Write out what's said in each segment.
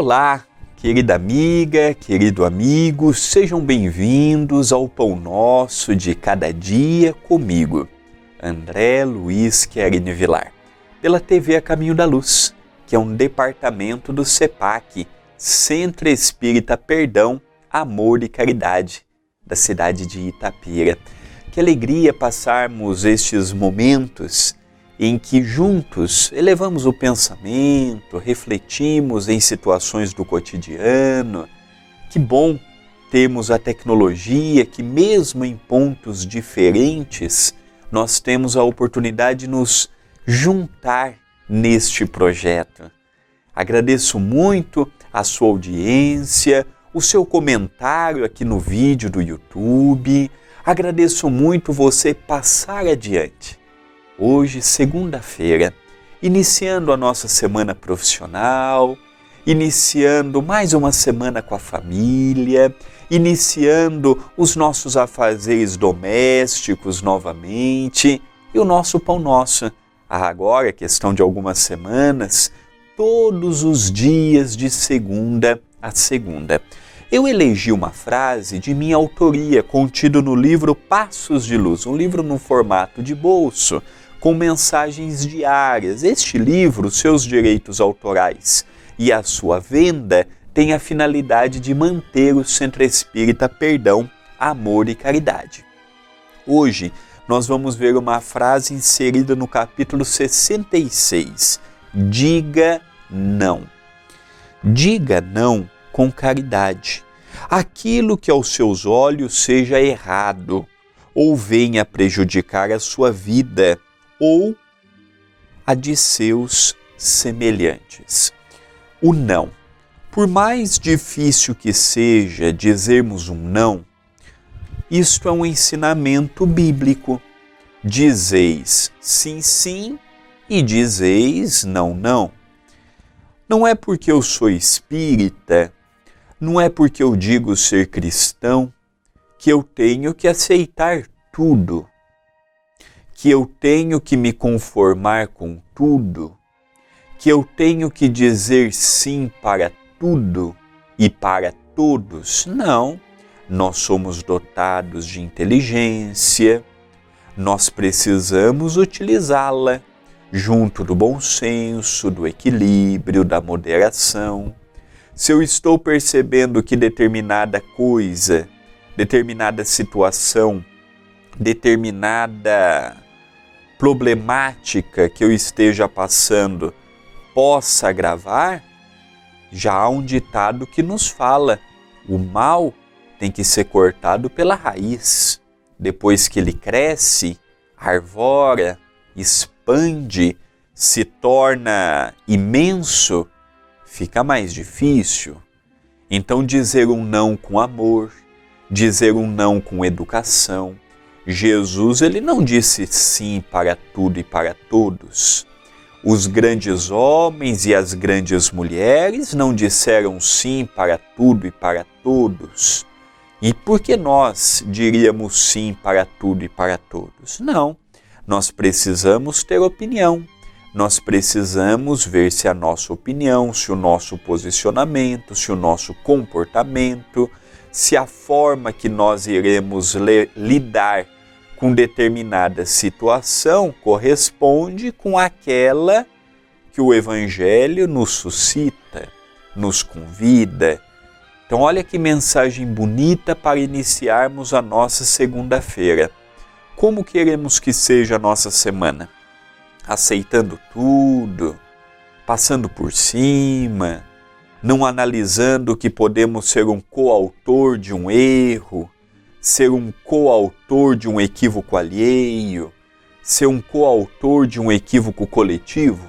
Olá, querida amiga, querido amigo, sejam bem-vindos ao Pão Nosso de Cada Dia comigo, André Luiz Querini Vilar, pela TV A Caminho da Luz, que é um departamento do CEPAC, Centro Espírita Perdão, Amor e Caridade, da cidade de Itapira. Que alegria passarmos estes momentos em que juntos elevamos o pensamento, refletimos em situações do cotidiano. Que bom termos a tecnologia que mesmo em pontos diferentes nós temos a oportunidade de nos juntar neste projeto. Agradeço muito a sua audiência, o seu comentário aqui no vídeo do YouTube. Agradeço muito você passar adiante. Hoje, segunda-feira, iniciando a nossa semana profissional, iniciando mais uma semana com a família, iniciando os nossos afazeres domésticos novamente e o nosso Pão Nosso. Agora, questão de algumas semanas, todos os dias de segunda a segunda. Eu elegi uma frase de minha autoria, contido no livro Passos de Luz, um livro no formato de bolso, com mensagens diárias. Este livro, seus direitos autorais e a sua venda tem a finalidade de manter o Centro Espírita Perdão, Amor e Caridade. Hoje nós vamos ver uma frase inserida no capítulo 66. Diga não. Diga não com caridade. Aquilo que aos seus olhos seja errado ou venha prejudicar a sua vida ou a de seus semelhantes. O não. Por mais difícil que seja dizermos um não, isto é um ensinamento bíblico. Dizeis sim, sim e dizeis não, não. Não é porque eu sou espírita, não é porque eu digo ser cristão, que eu tenho que aceitar tudo, que eu tenho que me conformar com tudo, que eu tenho que dizer sim para tudo e para todos. Não, nós somos dotados de inteligência, nós precisamos utilizá-la junto do bom senso, do equilíbrio, da moderação. Se eu estou percebendo que determinada coisa, determinada situação, determinada problemática que eu esteja passando possa agravar, já há um ditado que nos fala: o mal tem que ser cortado pela raiz. Depois que ele cresce, arvora, expande, se torna imenso, fica mais difícil. Então dizer um não com amor, dizer um não com educação. Jesus, ele não disse sim para tudo e para todos. Os grandes homens e as grandes mulheres não disseram sim para tudo e para todos. E por que nós diríamos sim para tudo e para todos? Não, nós precisamos ter opinião. Nós precisamos ver se a nossa opinião, se o nosso posicionamento, se o nosso comportamento, se a forma que nós iremos lidar com determinada situação corresponde com aquela que o Evangelho nos suscita, nos convida. Então olha que mensagem bonita para iniciarmos a nossa segunda-feira. Como queremos que seja a nossa semana? Aceitando tudo, passando por cima, não analisando que podemos ser um coautor de um erro, ser um coautor de um equívoco alheio, ser um coautor de um equívoco coletivo?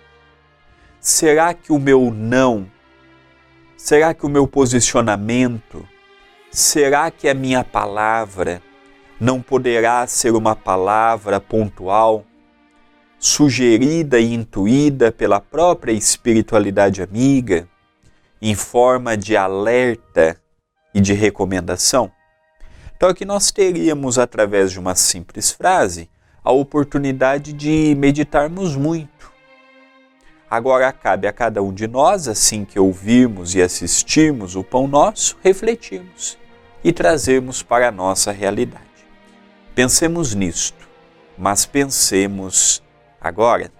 Será que o meu não, será que o meu posicionamento, será que a minha palavra não poderá ser uma palavra pontual, sugerida e intuída pela própria espiritualidade amiga, em forma de alerta e de recomendação? Então aqui nós teríamos, através de uma simples frase, a oportunidade de meditarmos muito. Agora cabe a cada um de nós, assim que ouvirmos e assistirmos o Pão Nosso, refletirmos e trazermos para a nossa realidade. Pensemos nisto, mas pensemos agora